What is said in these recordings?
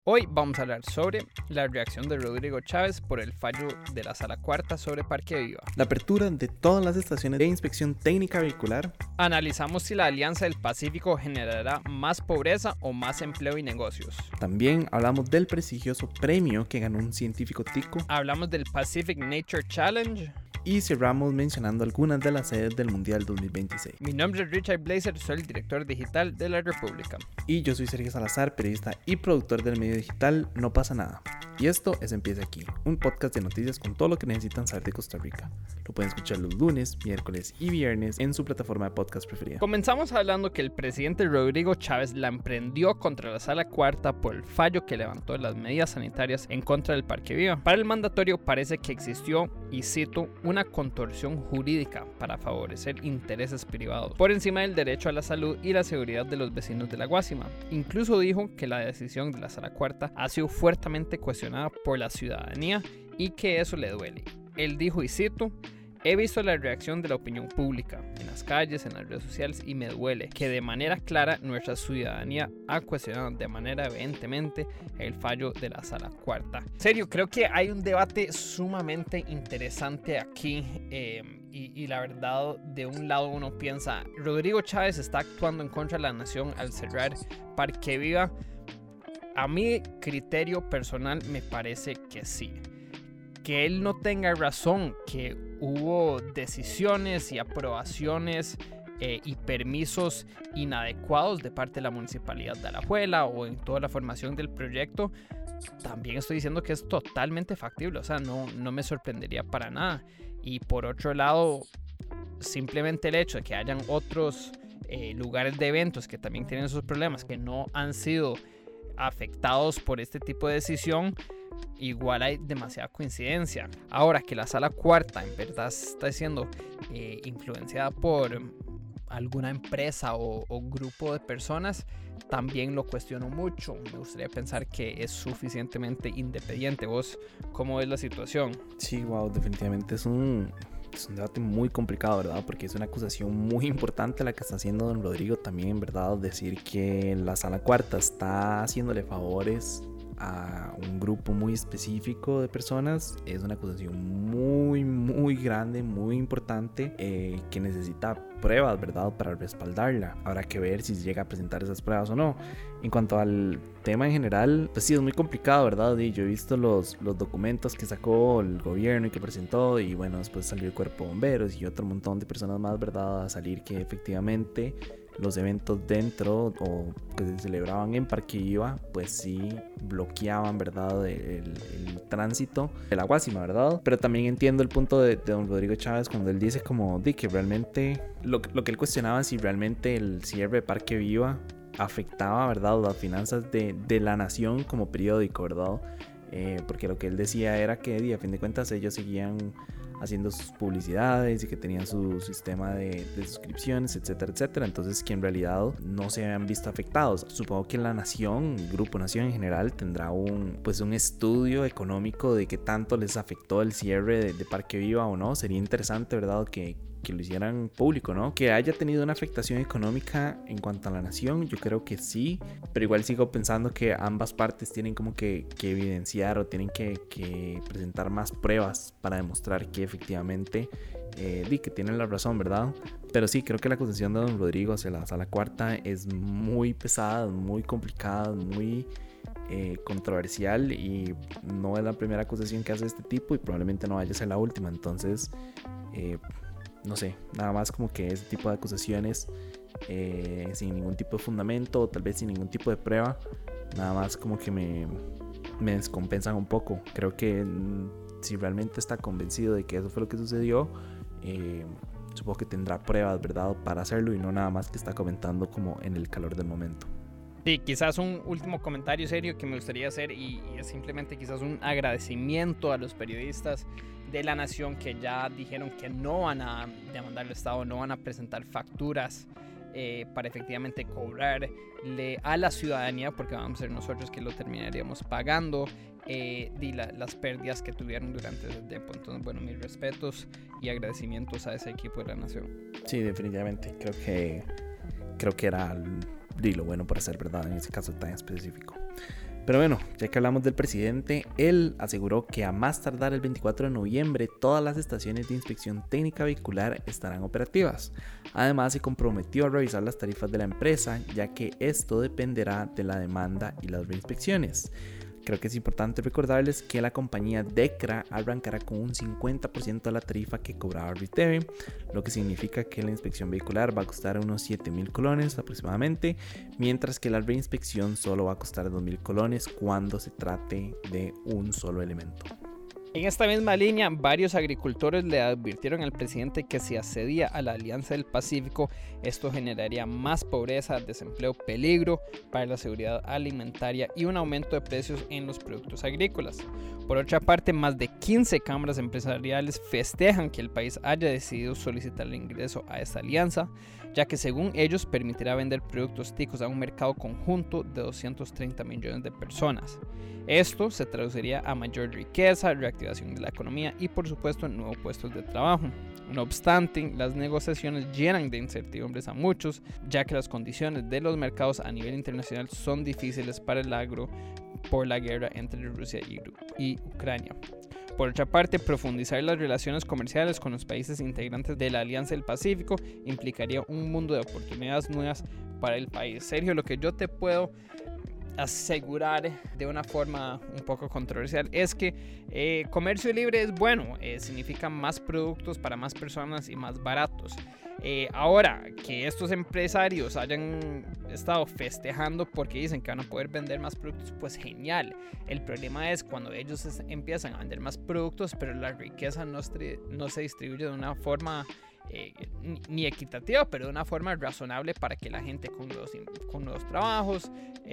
Hoy vamos a hablar sobre la reacción de Rodrigo Chávez por el fallo de la Sala Cuarta sobre Parque Viva. La apertura de todas las estaciones de inspección técnica vehicular. Analizamos si la Alianza del Pacífico generará más pobreza o más empleo y negocios. También hablamos del prestigioso premio que ganó un científico tico. Hablamos del Pacific Nature Challenge. Y cerramos mencionando algunas de las sedes del Mundial 2026. Mi nombre es Richard Blazer, soy el director digital de La República. Y yo soy Sergio Salazar, periodista y productor del medio digital No Pasa Nada. Y esto es Empieza Aquí, un podcast de noticias con todo lo que necesitan saber de Costa Rica. Lo pueden escuchar los lunes, miércoles y viernes en su plataforma de podcast preferida. Comenzamos hablando que el presidente Rodrigo Chávez la emprendió contra la Sala Cuarta por el fallo que levantó las medidas sanitarias en contra del Parque Viva. Para el mandatario parece que existió, y cito, una contorsión jurídica para favorecer intereses privados por encima del derecho a la salud y la seguridad de los vecinos de La Guásima. Incluso dijo que la decisión de la Sala Cuarta ha sido fuertemente cuestionada por la ciudadanía y que eso le duele. Él dijo, y cito, he visto la reacción de la opinión pública en las calles, en las redes sociales, y me duele que de manera clara nuestra ciudadanía ha cuestionado de manera evidentemente el fallo de la Sala Cuarta. En serio, creo que hay un debate sumamente interesante aquí y la verdad, de un lado uno piensa, Rodrigo Chávez está actuando en contra de la nación al cerrar Parque Viva. A mi criterio personal me parece que sí. Que él no tenga razón, que hubo decisiones y aprobaciones y permisos inadecuados de parte de la Municipalidad de Alajuela o en toda la formación del proyecto, también estoy diciendo que es totalmente factible, o sea, no me sorprendería para nada. Y por otro lado, simplemente el hecho de que hayan otros lugares de eventos que también tienen esos problemas, que no han sido afectados por este tipo de decisión, igual hay demasiada coincidencia. Ahora que la Sala Cuarta en verdad está siendo influenciada por alguna empresa o grupo de personas, también lo cuestiono mucho. Me gustaría pensar que es suficientemente independiente. ¿Vos cómo ves la situación? Sí, wow, definitivamente es un debate muy complicado, ¿verdad? Porque es una acusación muy importante la que está haciendo don Rodrigo también, ¿verdad? Decir que la Sala Cuarta está haciéndole favores a un grupo muy específico de personas es una acusación muy grande, muy importante, que necesita pruebas, ¿verdad? Para respaldarla. Habrá que ver si llega a presentar esas pruebas o no. En cuanto al tema en general, pues sí, es muy complicado, ¿verdad? Y yo he visto los documentos que sacó el gobierno y que presentó, y bueno, después salió el cuerpo de bomberos y otro montón de personas más, ¿verdad? A salir que efectivamente los eventos dentro o que se celebraban en Parque Viva, pues sí bloqueaban, ¿verdad? El tránsito de La Guásima, ¿verdad? Pero también entiendo el punto de don Rodrigo Chávez cuando él dice como de que realmente lo que él cuestionaba, si realmente el cierre de Parque Viva afectaba, ¿verdad?, las finanzas de la nación como periódico, ¿verdad? Porque lo que él decía era que a fin de cuentas ellos seguían haciendo sus publicidades y que tenían su sistema de suscripciones, etcétera, etcétera. Entonces que en realidad no se habían visto afectados. Supongo que la nación, el Grupo Nación en general, tendrá un estudio económico de qué tanto les afectó el cierre de Parque Viva o no. Sería interesante, ¿verdad?, que lo hicieran público, ¿no? Que haya tenido una afectación económica en cuanto a la nación, yo creo que sí, pero igual sigo pensando que ambas partes tienen como que evidenciar o tienen que presentar más pruebas para demostrar que efectivamente que tienen la razón, ¿verdad? Pero sí, creo que la acusación de don Rodrigo hacia la Sala Cuarta es muy pesada, muy complicada, muy controversial, y no es la primera acusación que hace este tipo y probablemente no vaya a ser la última. Entonces no sé, nada más como que ese tipo de acusaciones sin ningún tipo de fundamento o tal vez sin ningún tipo de prueba, nada más como que me descompensan un poco. Creo que si realmente está convencido de que eso fue lo que sucedió, supongo que tendrá pruebas, ¿verdad?, para hacerlo, y no nada más que está comentando como en el calor del momento. Sí, quizás un último comentario serio que me gustaría hacer, y es simplemente quizás un agradecimiento a los periodistas de La Nación que ya dijeron que no van a demandar al Estado, no van a presentar facturas para efectivamente cobrarle a la ciudadanía, porque vamos a ser nosotros que lo terminaríamos pagando las pérdidas que tuvieron durante ese tiempo. Entonces, bueno, mis respetos y agradecimientos a ese equipo de La Nación. Sí, definitivamente, creo que era lo bueno por hacer, ¿verdad?, en ese caso tan específico. Pero bueno, ya que hablamos del presidente, él aseguró que a más tardar el 24 de noviembre todas las estaciones de inspección técnica vehicular estarán operativas. Además, se comprometió a revisar las tarifas de la empresa, ya que esto dependerá de la demanda y las reinspecciones. Creo que es importante recordarles que la compañía Decra arrancará con un 50% de la tarifa que cobraba Riteve, lo que significa que la inspección vehicular va a costar unos 7,000 colones aproximadamente, mientras que la reinspección solo va a costar 2,000 colones cuando se trate de un solo elemento. En esta misma línea, varios agricultores le advirtieron al presidente que si accedía a la Alianza del Pacífico, esto generaría más pobreza, desempleo, peligro para la seguridad alimentaria y un aumento de precios en los productos agrícolas. Por otra parte, más de 15 cámaras empresariales festejan que el país haya decidido solicitar el ingreso a esta alianza, ya que según ellos permitirá vender productos ticos a un mercado conjunto de 230 millones de personas. Esto se traduciría a mayor riqueza, reactivación de la economía y por supuesto nuevos puestos de trabajo. No obstante, las negociaciones llenan de incertidumbres a muchos, ya que las condiciones de los mercados a nivel internacional son difíciles para el agro por la guerra entre Rusia y Ucrania. Por otra parte, profundizar las relaciones comerciales con los países integrantes de la Alianza del Pacífico implicaría un mundo de oportunidades nuevas para el país. Sergio, lo que yo te puedo asegurar de una forma un poco controversial es que comercio libre es bueno, significa más productos para más personas y más baratos. Ahora, que estos empresarios hayan estado festejando porque dicen que van a poder vender más productos, pues genial. El problema es cuando ellos empiezan a vender más productos, pero la riqueza no se distribuye de una forma ni equitativa, pero de una forma razonable para que la gente con nuevos trabajos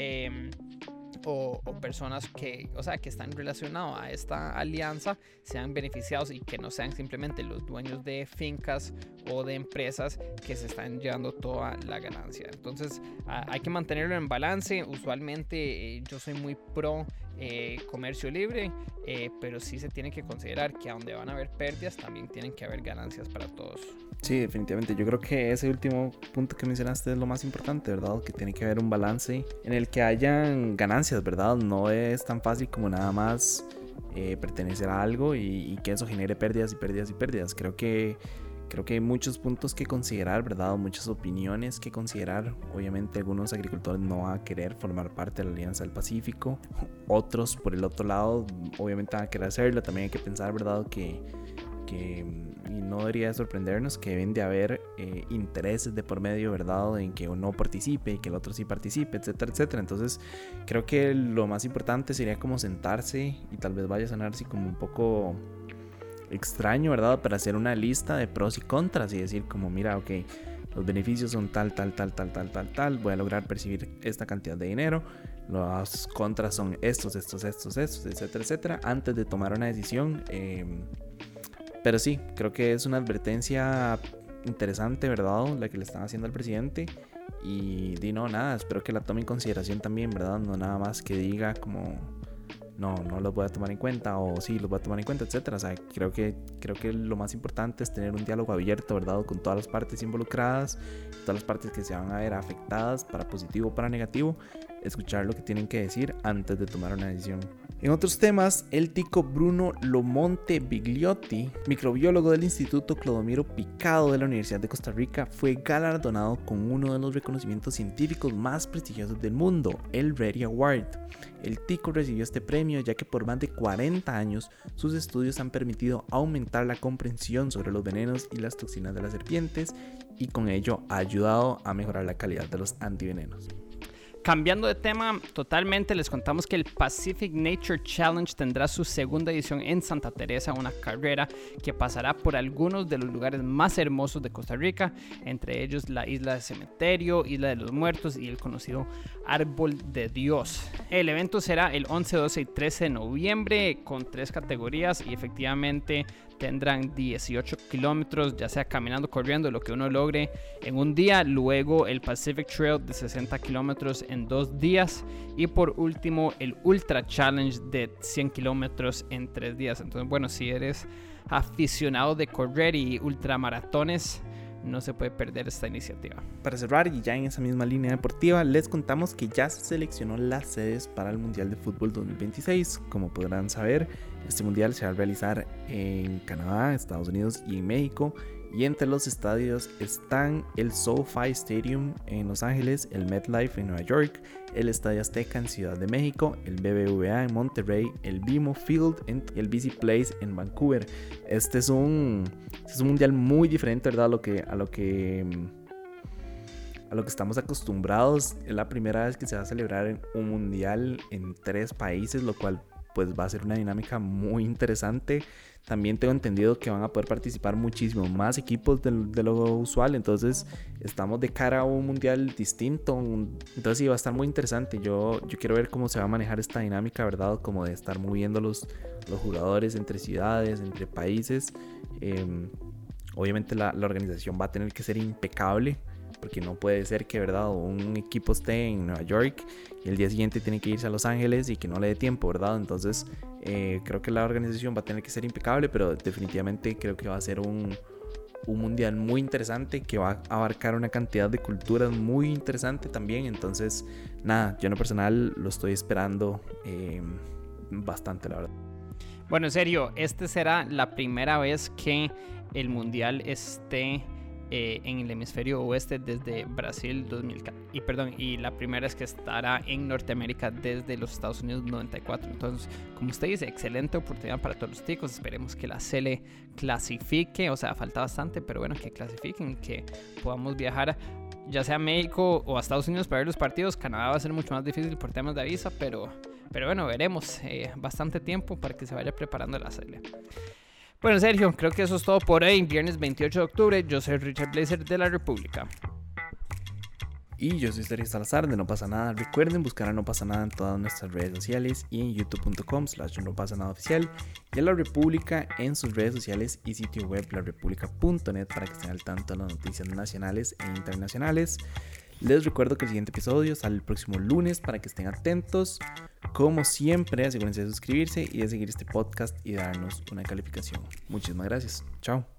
o personas que están relacionadas a esta alianza sean beneficiados y que no sean simplemente los dueños de fincas o de empresas que se están llevando toda la ganancia. Entonces hay que mantenerlo en balance. Usualmente yo soy muy pro comercio libre, pero sí se tiene que considerar que a donde van a haber pérdidas también tienen que haber ganancias para todos. Sí, definitivamente. Yo creo que ese último punto que mencionaste es lo más importante, ¿verdad? Que tiene que haber un balance en el que hayan ganancias, ¿verdad? No es tan fácil como nada más pertenecer a algo y que eso genere pérdidas y pérdidas y pérdidas. Creo que hay muchos puntos que considerar, ¿verdad? Muchas opiniones que considerar. Obviamente algunos agricultores no van a querer formar parte de la Alianza del Pacífico. Otros, por el otro lado, obviamente van a querer hacerlo. También hay que pensar, ¿verdad? Que y no debería sorprendernos que deben de haber intereses de por medio, ¿verdad? En que uno participe y que el otro sí participe, etcétera, etcétera. Entonces creo que lo más importante sería como sentarse y tal vez vaya a sonar así como un poco extraño, ¿verdad? Para hacer una lista de pros y contras y decir como, mira, ok, los beneficios son tal, voy a lograr percibir esta cantidad de dinero, los contras son estos, etcétera, etcétera, antes de tomar una decisión. Pero sí, creo que es una advertencia interesante, ¿verdad? La que le están haciendo al presidente. Y nada, espero que la tome en consideración también, ¿verdad? No nada más que diga como no los voy a tomar en cuenta o sí los voy a tomar en cuenta, etcétera. O sea, creo que lo más importante es tener un diálogo abierto, ¿verdad? Con todas las partes involucradas, todas las partes que se van a ver afectadas para positivo o para negativo, escuchar lo que tienen que decir antes de tomar una decisión. En otros temas, el tico Bruno Lomonte Bigliotti, microbiólogo del Instituto Clodomiro Picado de la Universidad de Costa Rica, fue galardonado con uno de los reconocimientos científicos más prestigiosos del mundo, el Redi Award. El tico recibió este premio ya que por más de 40 años sus estudios han permitido aumentar la comprensión sobre los venenos y las toxinas de las serpientes y con ello ha ayudado a mejorar la calidad de los antivenenos. Cambiando de tema totalmente, les contamos que el Pacific Nature Challenge tendrá su segunda edición en Santa Teresa, una carrera que pasará por algunos de los lugares más hermosos de Costa Rica, entre ellos la Isla de Cementerio, Isla de los Muertos y el conocido Árbol de Dios. El evento será el 11, 12 y 13 de noviembre con 3 categorías y efectivamente tendrán 18 kilómetros, ya sea caminando, corriendo, lo que uno logre en un día. Luego el Pacific Trail de 60 kilómetros en 2 días. Y por último el Ultra Challenge de 100 kilómetros en 3 días. Entonces, bueno, si eres aficionado de correr y ultramaratones, no se puede perder esta iniciativa. Para cerrar, y ya en esa misma línea deportiva, les contamos que ya se seleccionó las sedes para el Mundial de Fútbol 2026. Como podrán saber, este Mundial se va a realizar en Canadá, Estados Unidos y en México. Y entre los estadios están el SoFi Stadium en Los Ángeles, el MetLife en Nueva York, el Estadio Azteca en Ciudad de México, el BBVA en Monterrey, el BMO Field y el BC Place en Vancouver. Este es un mundial muy diferente, ¿verdad? A lo que estamos acostumbrados. Es la primera vez que se va a celebrar un mundial en 3 países, lo cual pues va a ser una dinámica muy interesante. También tengo entendido que van a poder participar muchísimo más equipos de lo usual. Entonces estamos de cara a un mundial distinto. Entonces sí, va a estar muy interesante. Yo quiero ver cómo se va a manejar esta dinámica, ¿verdad? Como de estar moviendo los jugadores entre ciudades, entre países. Obviamente la organización va a tener que ser impecable, porque no puede ser que, ¿verdad?, un equipo esté en Nueva York y el día siguiente tiene que irse a Los Ángeles y que no le dé tiempo, ¿verdad? Entonces creo que la organización va a tener que ser impecable, pero definitivamente creo que va a ser un mundial muy interesante que va a abarcar una cantidad de culturas muy interesante también. Entonces nada, yo en lo personal lo estoy esperando bastante, la verdad. Bueno, en serio, será la primera vez que el mundial esté en el hemisferio oeste desde Brasil 2014 y la primera es que estará en Norteamérica desde los Estados Unidos 94. Entonces, como usted dice, excelente oportunidad para todos los ticos. Esperemos que la Sele clasifique, o sea, falta bastante, pero bueno, que clasifiquen, que podamos viajar ya sea a México o a Estados Unidos para ver los partidos. Canadá va a ser mucho más difícil por temas de visa, pero bueno, veremos. Bastante tiempo para que se vaya preparando la Sele. Bueno, Sergio, creo que eso es todo por hoy. Viernes 28 de octubre, yo soy Richard Blazer de La República. Y yo soy Sergio Salazar de No Pasa Nada. Recuerden buscar a No Pasa Nada en todas nuestras redes sociales y en youtube.com/nopasanadaoficial y a La República en sus redes sociales y sitio web larepublica.net para que estén al tanto de las noticias nacionales e internacionales. Les recuerdo que el siguiente episodio sale el próximo lunes para que estén atentos. Como siempre, asegúrense de suscribirse y de seguir este podcast y darnos una calificación. Muchísimas gracias. Chao.